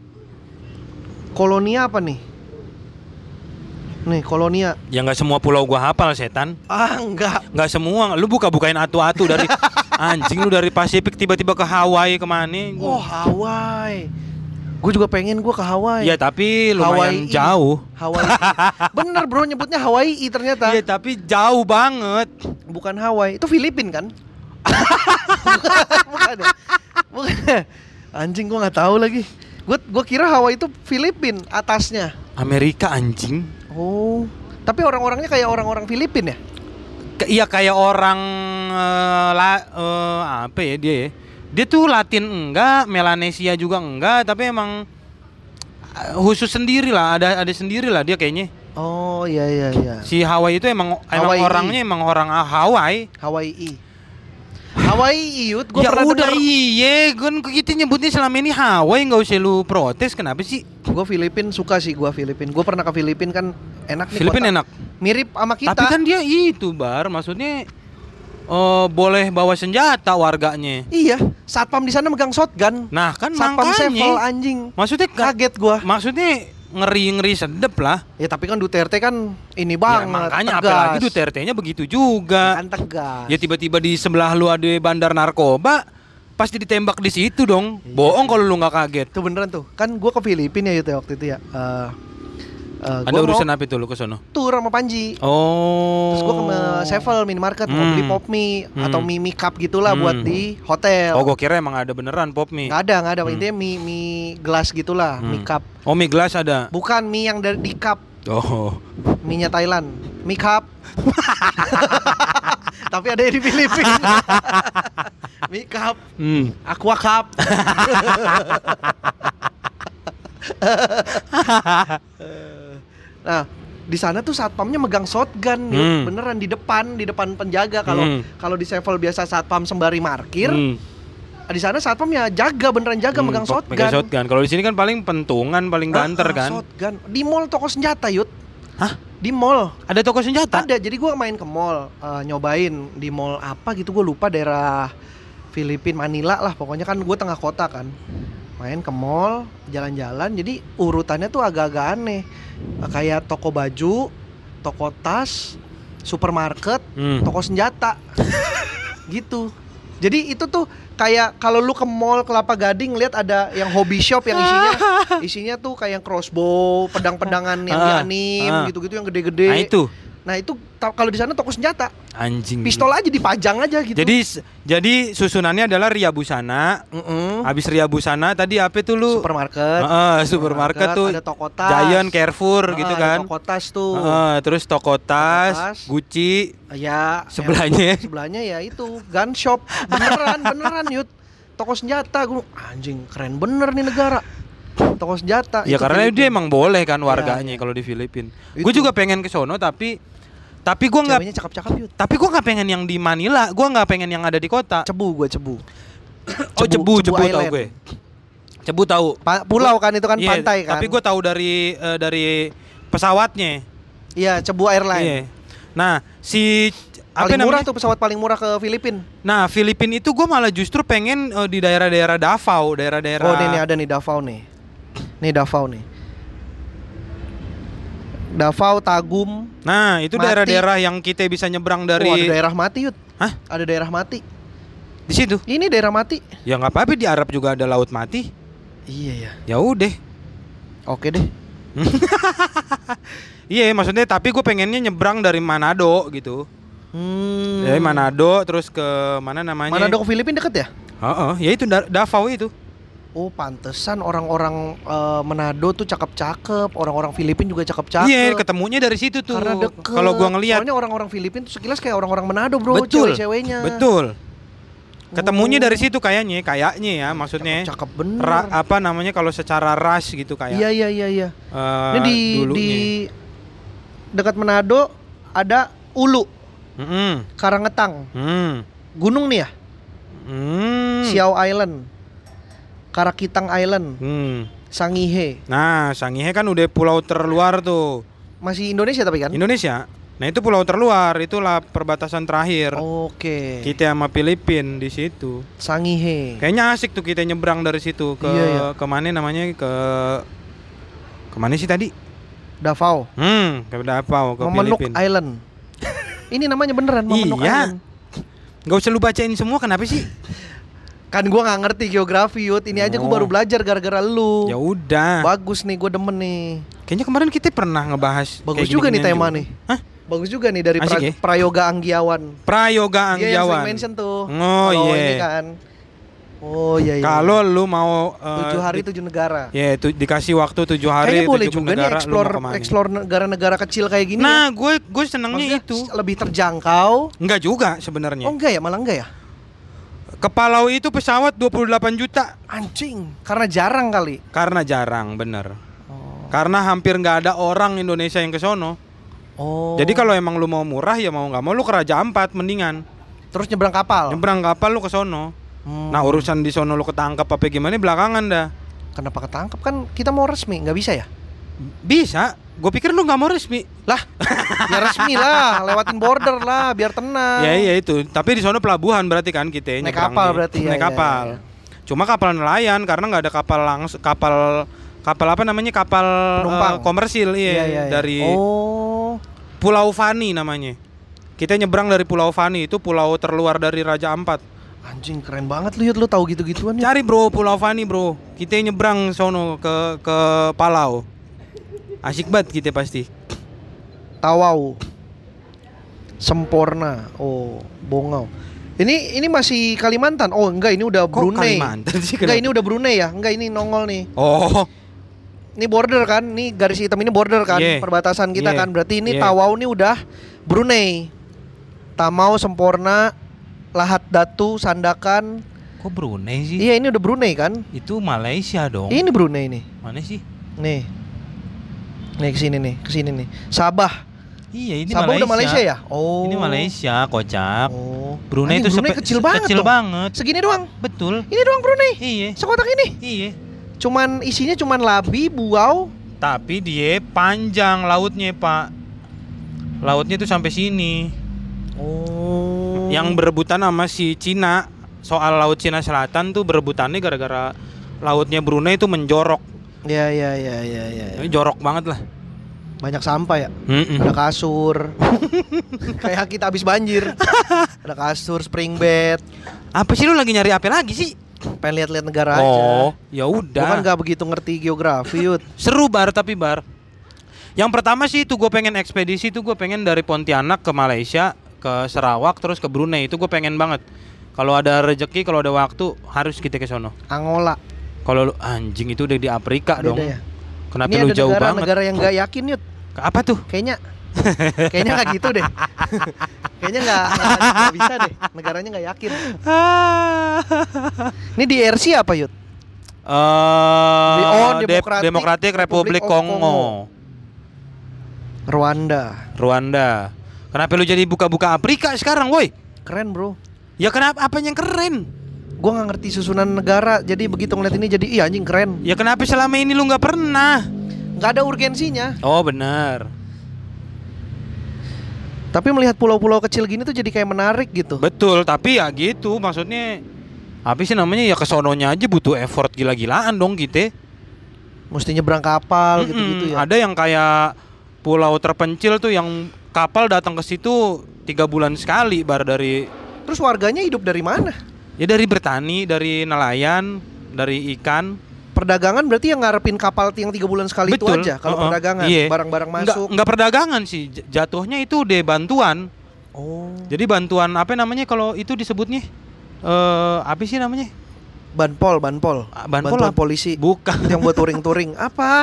Kolonia apa nih? Nih Kolonia. Ya nggak semua pulau gua hafal setan. Ah enggak. Nggak semua. Lu bukain atu-atu dari anjing lu dari Pasifik tiba-tiba ke Hawaii kemana? Oh Hawaii. Gue juga pengen gue ke Hawaii. Iya tapi lumayan Hawaii. jauh. Hawaii. Bener bro nyebutnya Hawaii ternyata. Iya tapi jauh banget. Bukan Hawaii. Itu Filipin kan? Bukan ya? Bukan ya? Anjing gue nggak tahu lagi. Gue kira Hawaii itu Filipin atasnya. Amerika anjing. Oh. Tapi orang-orangnya kayak orang-orang Filipin ya? Iya kayak orang apa ya dia ya? Dia tuh Latin enggak, Melanesia juga enggak, tapi emang khusus sendiri lah, ada sendiri lah dia kayaknya. Oh iya. Si Hawaii itu emang Hawaii. orangnya emang orang Hawaii. Hawaii Yud, gue Ya pernah udah denger. iya, kita nyebutnya selama ini Hawaii, nggak usah lu protes, kenapa sih? Gue Filipin suka sih gue Filipin. Gue pernah ke Filipin kan enak nih. Filipin kota. enak. Mirip sama kita. Tapi kan dia itu maksudnya boleh bawa senjata warganya. Iya, satpam di sana megang shotgun. Nah kan Satpam sevel makanya. anjing. Maksudnya Kaget gua. Maksudnya ngeri sedep lah. Ya tapi kan Duterte kan ini Ya, banget. makanya tegas. apalagi Duterte-nya begitu juga. Kan tegas. Ya tiba-tiba di sebelah lu ada bandar narkoba, pasti ditembak di situ dong. Bohong kalau lu nggak kaget. Itu beneran tuh. Kan gua ke Filipina ya waktu itu ya. Ada Gua urusan mau apa itu lu ke sono? tur sama Panji. Oh. Terus gua ke Sevel minimarket mau beli pop mie atau mie cup gitulah buat di hotel. Oh, gua kira emang ada beneran pop mie. Nggak ada. Intinya mie gelas gitulah, mie cup. Oh, mie gelas ada. Bukan mie yang dari di cup. Oh. Mie-nya Thailand, mie cup. Tapi ada yang di Filipina. Mie cup, aqua cup. Nah, di sana tuh satpamnya megang shotgun, Yud. Beneran di depan penjaga. Kalau di Sevel biasa satpam sembari parkir. Di sana satpam ya beneran jaga megang shotgun. Megang shotgun. Kalau di sini kan paling pentungan, paling banter kan. Shotgun. Di mall toko senjata, Yud. Hah? Di mall. Ada toko senjata? Ada, jadi gue main ke mall, nyobain di mall apa gitu, gue lupa daerah Filipina, Manila lah, pokoknya kan gue tengah kota kan. Main ke mall, jalan-jalan, jadi urutannya tuh agak-agak aneh. Kayak toko baju, toko tas, supermarket, toko senjata. Gitu. Jadi itu tuh kayak kalau lu ke mall Kelapa Gading lihat ada yang hobby shop yang isinya tuh kayak crossbow, pedang-pedangan yang di anim gitu-gitu yang gede-gede. Nah itu kalau di sana toko senjata. Anjing. Pistol aja dipajang aja gitu. Jadi susunannya adalah Ria Busana. Habis Ria Busana tadi apa tuh lu? Supermarket tuh. Ada toko tas. Giant, Carrefour gitu kan. Ada toko tas tuh. Terus toko tas, Gucci. Ya. Sebelahnya ya itu gun shop. Beneran Yud. Toko senjata. Gue anjing keren bener nih negara. Toko senjata. Ya karena Filipin. Dia emang boleh kan warganya kalau di Filipina. Gue juga pengen ke sono tapi gue nggak. Ceweknya cakep-cakep Yud. Tapi gue nggak pengen yang di Manila. Gue nggak pengen yang ada di kota. Cebu. Cebu tahu gue. Cebu tahu. Pulau kan itu kan pantai kan. Tapi gue tahu dari pesawatnya. Iya Cebu Airline. Iya. Nah paling murah tuh pesawat paling murah ke Filipina. Nah Filipina itu gue malah justru pengen di daerah-daerah Davao, daerah-daerah. Oh ini ada nih Davao nih. Nih Davao nih. Davao, Tagum. Nah itu Mati. Daerah-daerah yang kita bisa nyebrang dari. Oh ada daerah Mati Yud. Hah? Ada daerah Mati. Di situ? Ini daerah Mati. Ya nggak apa-apa di Arab juga ada Laut Mati. Iya ya. Ya udah. Oke deh. Iya maksudnya tapi gue pengennya nyebrang dari Manado gitu. Dari Manado terus ke mana namanya? Manado ke Filipina deket ya? Ya itu Davao itu. Oh pantesan orang-orang Manado tuh cakep-cakep, orang-orang Filipina juga cakep-cakep. Iya ketemunya dari situ tuh. Karena deket. Kalau gua ngelihat. Soalnya orang-orang Filipina tuh sekilas kayak orang-orang Manado bro. Betul. Cewek-ceweknya. Betul. Ketemunya dari situ kayaknya ya maksudnya. Cakep bener. Apa namanya kalau secara ras gitu kayak. Iya. Ini di dekat Manado ada Ulu. Karangetang. Gunung nih ya. Siau Island. Karakitang Island. Sangihe. Nah, Sangihe kan udah pulau terluar tuh. Masih Indonesia tapi kan? Indonesia. Nah, itu pulau terluar, itulah perbatasan terakhir. Oke. Kita sama Filipina di situ. Sangihe. Kayaknya asik tuh kita nyebrang dari situ ke ke mana namanya ke mana sih tadi? Davao. Ke Davao ke Memenuk Filipina. Island. Ini namanya beneran Memenuk Island. Gak usah lu bacain semua kenapa sih? Kan gue nggak ngerti geografi Yud. Ini aja gue baru belajar gara-gara lu. Ya udah. Bagus nih, gue demen nih. Kayaknya kemarin kita pernah ngebahas. Bagus juga nih tema nih. Hah? Bagus juga nih dari Prayoga Anggiawan. Prayoga Anggiawan. Dia yang mention tuh. Oh iya. Ini kan. Oh iya. Kalau lu mau 7 hari 7 negara. Ya itu dikasih waktu 7 hari. Kayaknya boleh juga nih explore negara-negara kecil kayak gini. Nah, gue senengnya itu. Lebih terjangkau. Enggak juga sebenarnya. Oh enggak ya, malah enggak ya. Ke Palau itu pesawat 28 juta. Anjing, karena jarang kali. Karena jarang, bener. Karena hampir nggak ada orang Indonesia yang ke sono. Jadi kalau emang lu mau murah ya mau nggak mau lu ke Raja Ampat mendingan. Terus nyebrang kapal. Nyebrang kapal lu ke sono. Nah urusan di sono lu ketangkep apa gimana belakangan dah. Kenapa ketangkep kan kita mau resmi nggak bisa ya? Bisa. Gue pikir lu nggak mau resmi. Lah, ya resmi lah, lewatin border lah, biar tenang. Ya iya itu. Tapi di sono pelabuhan berarti kan kita naik kapal berarti ya. Naik kapal. Ya. Cuma kapal nelayan karena nggak ada kapal kapal apa namanya kapal komersil dari Pulau Fani namanya. Kita nyebrang dari Pulau Fani itu pulau terluar dari Raja Ampat. Anjing keren banget lu tahu gitu-gituan ya. Cari bro Pulau Fani bro. Kita nyebrang sono ke Palau. Asik banget kita pasti. Tawau, Semporna, Bongau. Ini masih Kalimantan. Oh enggak, ini udah Brunei. Kalimantan sih, enggak, ini udah Brunei ya. Enggak, ini nongol nih. Oh. Ini border kan? Nih garis hitam ini border kan? Perbatasan kita kan. Berarti ini Tawau nih udah Brunei. Tamau, Semporna, Lahat Datu, Sandakan. Kok Brunei sih? Iya, ini udah Brunei kan? Itu Malaysia dong. Ini Brunei nih. Mana sih? Nih kesini nih. Sabah. Iya ini Sabah Malaysia. Udah Malaysia ya? Ini Malaysia kocak. Brunei itu kecil banget. Kecil banget. Segini doang. Betul. Ini doang Brunei. Iya. Sekotak ini. Iya. Isinya cuman labi, buau. Tapi dia panjang lautnya pak. Lautnya tuh sampai sini. Yang berebutan sama si Cina. Soal laut Cina Selatan tuh berebutannya gara-gara lautnya Brunei itu menjorok. Ya. Ini jorok banget lah. Banyak sampah ya. Ada kasur. Kayak kita habis banjir. Ada kasur, spring bed. Apa sih lu lagi nyari apa lagi sih? Pengen lihat-lihat negara aja. Oh, ya Gua kan udah. gak begitu ngerti geografi, Yud. Seru tapi bar. Yang pertama sih itu gue pengen ekspedisi tuh, gue pengen dari Pontianak ke Malaysia, ke Sarawak, terus ke Brunei. Itu gue pengen banget. Kalau ada rezeki, kalau ada waktu, harus kita ke sono. Angola. Kalau lu anjing itu udah di Afrika Beda dong. ya? Kenapa Ini lu ada jauh banget? negara yang gak yakin, Yud. Apa tuh? Kayaknya nggak gitu deh. Kayaknya nggak bisa deh. Negaranya nggak yakin. Ini di RC apa, Yud? Demokratik Republik Kongo. Rwanda. Kenapa lu jadi buka-buka Afrika sekarang, woi? Keren, bro. Ya kenapa? Apa yang keren? Gue nggak ngerti susunan negara. Jadi begitu ngeliat ini jadi iya anjing keren. Ya kenapa selama ini lu nggak pernah? Nggak ada urgensinya. Oh benar. Tapi melihat pulau-pulau kecil gini tuh jadi kayak menarik gitu. Betul, tapi ya gitu maksudnya. Apa sih namanya, ya kesononya aja butuh effort gila-gilaan dong kita. Mesti nyebrang kapal gitu-gitu ya. Ada yang kayak pulau terpencil tuh yang kapal datang ke situ 3 bulan sekali bar dari. Terus warganya hidup dari mana? Ya dari bertani, dari nelayan, dari ikan. Perdagangan berarti yang ngarepin kapal yang 3 bulan sekali. Betul. Itu aja kalau perdagangan. Iya. Barang-barang masuk. Enggak perdagangan sih, jatuhnya itu deh bantuan. Oh. Jadi bantuan apa namanya kalau itu disebutnya? Apa sih namanya? Banpol. Banpol Bantuan polisi. Bukan. Yang buat touring-touring. Apa?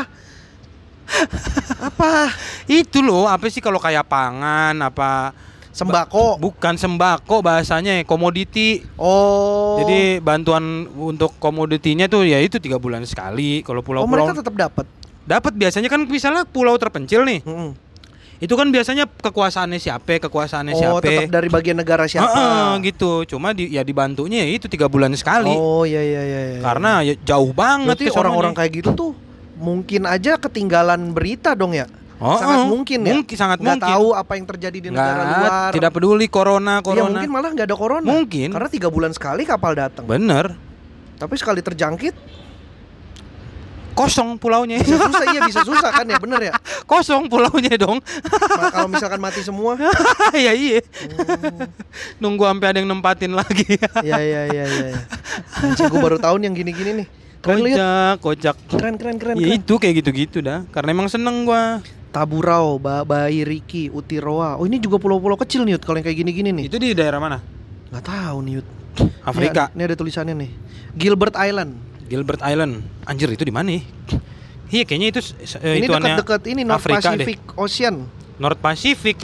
Itu loh, apa sih kalau kayak pangan apa? Sembako. Bukan sembako bahasanya, komoditi. Oh. Jadi bantuan untuk komoditinya tuh ya itu 3 bulan sekali. Kalau mereka pulau-pulau tetap dapat. dapat biasanya kan, misalnya pulau terpencil nih. Mm-mm. Itu kan biasanya kekuasaannya siapa, Oh, tetap dari bagian negara siapa? Gitu. Cuma ya dibantunya ya itu 3 bulan sekali. Oh, iya. Karena ya jauh banget berarti ke sononya. orang-orang kayak gitu tuh mungkin aja ketinggalan berita dong ya. Sangat mungkin ya. Sangat nggak mungkin. tahu apa yang terjadi di negara luar. Tidak peduli corona. Ya mungkin malah nggak ada corona. Mungkin. Karena 3 bulan sekali kapal datang. Bener. Tapi sekali terjangkit Kosong pulaunya. bisa susah kan ya, bener ya. Kosong pulaunya dong. Kalau misalkan mati semua. Ya iya. Nunggu sampai ada yang nempatin lagi. Iya. Anjing, gue baru tahun yang gini-gini nih. Keren lu ya. Kocak. Keren. Ya itu kayak gitu-gitu dah. Karena emang seneng gua. Taburau, Bairiki, Utiroa. Oh, ini juga pulau-pulau kecil nih, Yud, kalau yang kayak gini-gini nih. Itu di daerah mana? Nggak tahu nih, Yud. Afrika. Ini ada tulisannya nih. Gilbert Island. Anjir, itu di mana nih? Iya kayaknya itu Ini dekat-dekat ini North Afrika Pacific Ocean. North Pacific.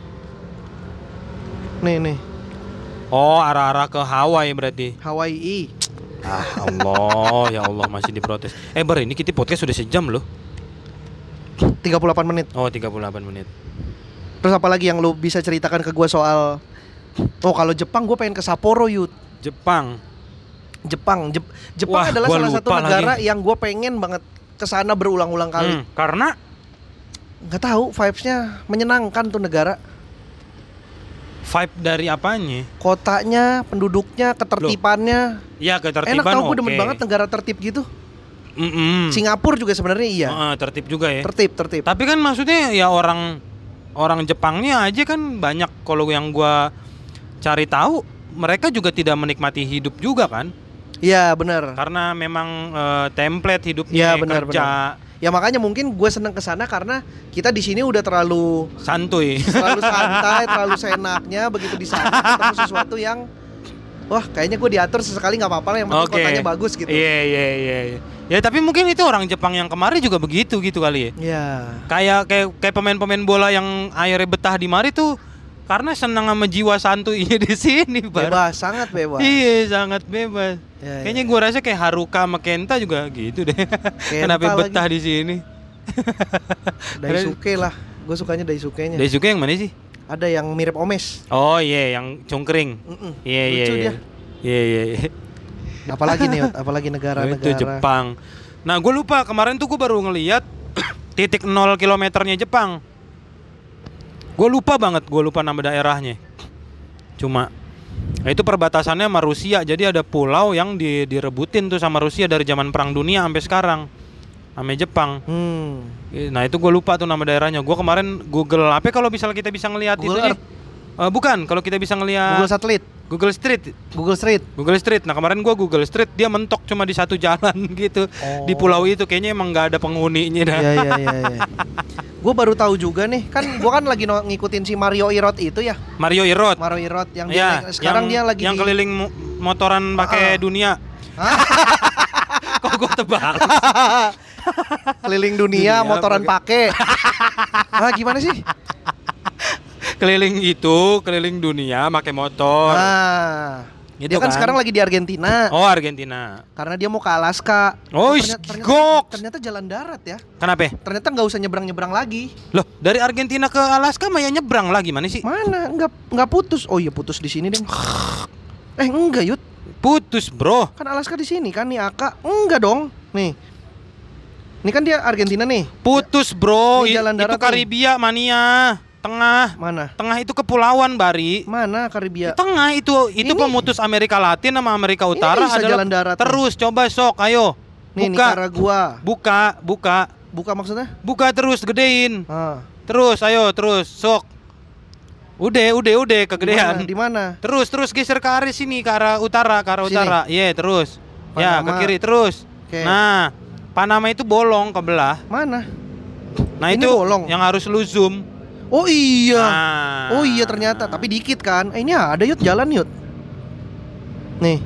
Nih. Oh, arah-arah ke Hawaii berarti. Hawaii. Allah, ya Allah masih diprotes. Bar, ini kita podcast sudah sejam loh. 38 menit. Oh, 38 menit. Terus apa lagi yang lu bisa ceritakan ke gua soal? Oh, kalau Jepang gua pengen ke Sapporo, Yud. Jepang Wah, adalah salah satu negara lagi yang gue pengen banget kesana berulang-ulang kali. Karena nggak tahu, vibes-nya menyenangkan tuh negara. Vibe dari apanya? Kotanya, penduduknya, ketertibannya. Iya, ketertiban. Enak tau, gue demen banget negara tertib gitu. Singapura juga sebenarnya iya. Tertib juga ya. Tertib. Tapi kan maksudnya ya orang Jepangnya aja kan banyak, kalau yang gua cari tahu mereka juga tidak menikmati hidup juga kan? Iya benar. Karena memang template hidupnya, ya, benar, kerja. Benar. Ya makanya mungkin gue seneng kesana karena kita di sini udah terlalu santuy, terlalu santai, terlalu seenaknya. Begitu di sana ketemu sesuatu yang wah kayaknya gue diatur sesekali nggak apa-apa lah, yang penting kotanya bagus gitu. Iya. Ya tapi mungkin itu orang Jepang yang kemarin juga begitu gitu kali ya. Iya. Kayak pemain-pemain bola yang akhirnya betah di mari tuh karena senang sama jiwa santuinya di sini, Bebas, sangat bebas. Iya, sangat bebas. Ya. Kayaknya gue rasa kayak Haruka sama Kenta juga gitu deh. Kenapa betah di sini? Daisuke lah, gue sukanya Daisuke-nya. Daisuke yang mana sih? Ada yang mirip Omes. Oh iya, yang cungkring. Iya. Lucu dia. Iya. Apalagi nih, apalagi negara-negara. Itu Jepang. Nah, gue lupa kemarin tuh gue baru ngeliat titik 0 kilometernya Jepang. Gue lupa nama daerahnya. Cuma itu perbatasannya sama Rusia. Jadi ada pulau yang direbutin tuh sama Rusia dari zaman Perang Dunia sampai sekarang, sama Jepang. Nah itu gue lupa tuh nama daerahnya. Gue kemarin Google apa kalau misalnya kita bisa ngelihat itu nih. Bukan, kalau kita bisa ngelihat Google satelit. Google Street. Google Street. Google Street. Nah kemarin gua Google Street dia mentok cuma di satu jalan gitu Oh. di pulau itu kayaknya emang nggak ada penghuninya dah. Iya. Gue baru tahu juga nih, kan gue kan lagi ngikutin si Mario Irot itu ya. Mario Irot. Mario Irot yang Ya, dia sekarang dia lagi yang keliling motoran pakai dunia. Kok gua tebak? keliling dunia motoran pakai. Gimana sih? Keliling dunia pakai motor. Gitu Dia kan sekarang lagi di Argentina. Oh, Argentina. Karena dia mau ke Alaska. Oh, ternyata jalan darat ya. Kenapa? Ternyata nggak usah nyebrang lagi. Loh, dari Argentina ke Alaska mah ya nyebrang lagi mana sih? Mana? Nggak putus. Oh iya putus di sini deh. Enggak Yud. Putus, bro. Kan Alaska di sini kan nih Aka. Enggak dong. Nih. Ini kan dia Argentina nih. Putus, bro. Ini jalan darat itu Karibia, Mania. Tengah. Mana? Tengah itu kepulauan, Bari. Mana Karibia? Di tengah itu Ini. pemutus Amerika Latin sama Amerika Utara bisa adalah jalan darat. terus coba sok, ayo. Nih Buka. Nicaragua. Buka. Buka maksudnya? Buka terus gedein. Terus ayo terus sok. Udah kegedean. Di mana? Terus geser ke arah sini, ke arah utara, Sini. Iya, terus. Ya, Panama. ke kiri terus. Oke. Nah, Panama itu bolong ke belah. Mana? Nah, Ini itu bolong. yang harus lu zoom. Oh iya. Nah. Oh iya ternyata, tapi dikit kan. Ini ada Yud, jalan Yud. Nih.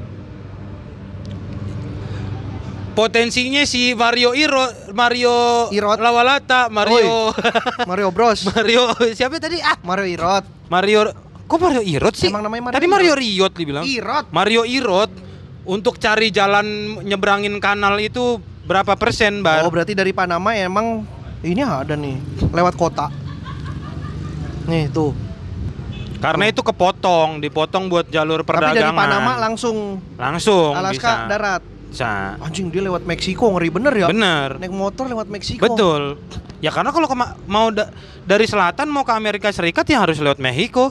Potensinya si Mario Irot. Lawalata, Mario Mario Bros. Mario siapa tadi? Mario Irot. Kok Mario Irot sih? Emang namanya Mario tadi Mario Riot dibilang. Irot. Mario Irot untuk cari jalan nyebrangin kanal itu berapa persen, Bar? Oh berarti dari Panama emang ini ada nih lewat kota. Nih tuh. Karena itu dipotong buat jalur perdagangan. Tapi dari Panama langsung Alaska bisa. darat. Bisa. Anjing dia lewat Meksiko, ngeri bener ya. Bener. Naik motor lewat Meksiko. Betul. Ya karena kalau mau dari selatan mau ke Amerika Serikat ya harus lewat Meksiko.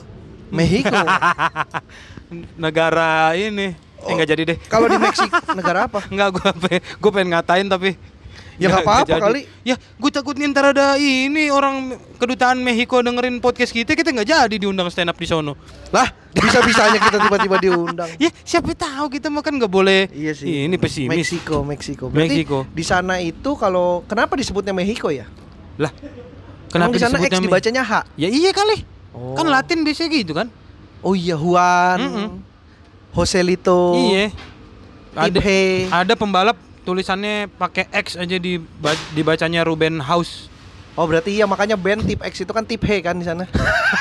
Negara ini. Enggak jadi deh. Kalau di Meksiko negara apa? Enggak, gue pengen ngatain tapi Ya nggak apa-apa jadi. kali. Ya gue takut ntar ada ini orang kedutaan Meksiko dengerin podcast kita nggak jadi diundang stand up di sono. Lah, bisa-bisanya kita tiba-tiba diundang. Ya siapa tahu kita mah kan nggak boleh. Iya sih. Ini pesimis. Meksiko. Berarti Meksiko. di sana itu kalau kenapa disebutnya Meksiko ya? Lah, Kenapa di sana X disebutnya dibacanya H? Ya iya kali. Oh. Kan Latin biasanya gitu kan? Oh iya Juan. Joselito. Iya. Tiphe. Ada pembalap tulisannya pakai X aja dibacanya Ruben Haus. Oh berarti iya makanya band tip X itu kan tip He kan di sana.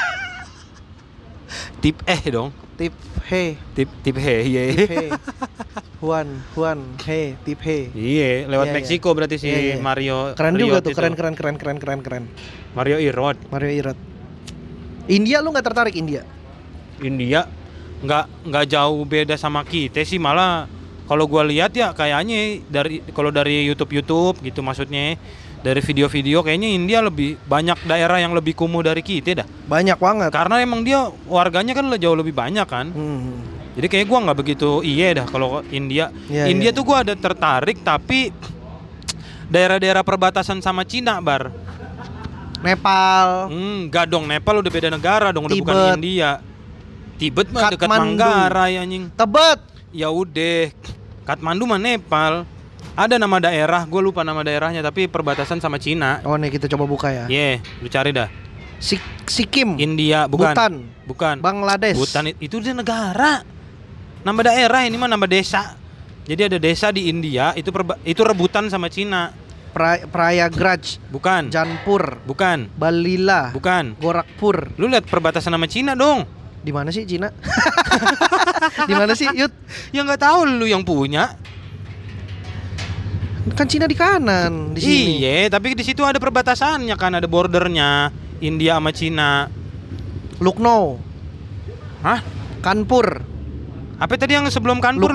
Tip dong. Tip He. Tip iya. Tip He. Juan He tip He. Iya, lewat Iya, Meksiko berarti si Iya. Mario. Keren juga Riot tuh, itu. keren. Mario Irot. Mario Irot. India lu nggak tertarik India? India nggak jauh beda sama kita sih, malah kalau gua lihat ya kayaknya dari YouTube gitu maksudnya, dari video-video kayaknya India lebih banyak daerah yang lebih kumuh dari kita dah. Banyak banget. Karena emang dia warganya kan jauh lebih banyak kan. Jadi kayak gua nggak begitu dah kalau India. Iya, India iya. tuh gua ada tertarik tapi daerah-daerah perbatasan sama Cina, Bar. Nepal. Enggak dong, Nepal udah beda negara dong, udah bukan Tibet. India. Tibet mah dekat Kathmandu. Manggarai anjing. Tebet. Ya udah, Kathmandu mah Nepal. Ada nama daerah, gue lupa nama daerahnya tapi perbatasan sama Cina. Oh nih kita coba buka ya. Lu cari dah. Sikkim. India, bukan. Bukan. Bangladesh. Bhutan itu dia negara. Nama daerah ini mah nama desa. Jadi ada desa di India itu rebutan sama Cina. Prayagraj. Bukan. Janpur. Bukan. Balila. Bukan. Gorakhpur. Lu lihat perbatasan sama Cina dong. Di mana sih Cina? Di mana sih, Yud? Ya nggak tahu lu yang punya. Kan Cina di kanan di sini. Iya, tapi di situ ada perbatasannya kan, ada bordernya India sama Cina. Lucknow. Hah? Kanpur. Apa tadi yang sebelum Kanpur?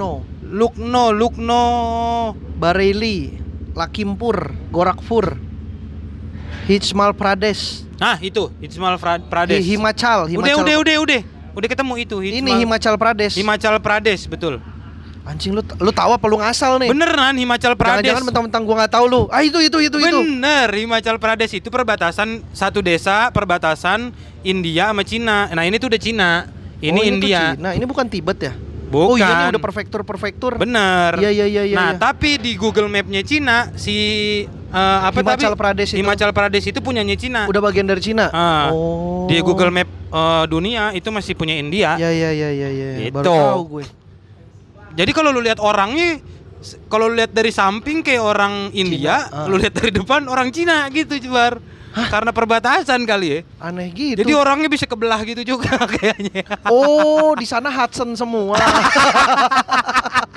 Lucknow. Bareilly, Lakhimpur, Gorakhpur. Himachal Pradesh. Nah, itu Himachal Pradesh. Himachal. Udah ketemu itu. Ini Himachal Pradesh. Himachal Pradesh, betul. Anjing lu tahu apa lu ngasal nih? Beneran Himachal Pradesh. Jangan-jangan mentang-mentang gua nggak tahu lu. Itu. Bener, Himachal Pradesh itu perbatasan satu desa perbatasan India sama Cina. Nah ini tuh udah Cina, ini India. Nah ini bukan Tibet ya? Bukan. Oh iya ini udah prefektur. Bener. Iya. Nah tapi di Google Map-nya Cina si Himachal Pradesh itu. Himachal Pradesh itu punyanya Cina. Udah bagian dari Cina. Di Google Map dunia itu masih punya India. Iya. Gitu. Baru tahu gue. Jadi kalau lu lihat orangnya, kalau lu lihat dari samping kayak orang India, lu lihat dari depan orang Cina gitu, Jebar. Karena perbatasan kali ya. Aneh gitu. Jadi orangnya bisa kebelah gitu juga kayaknya. Oh, di sana Hudson semua.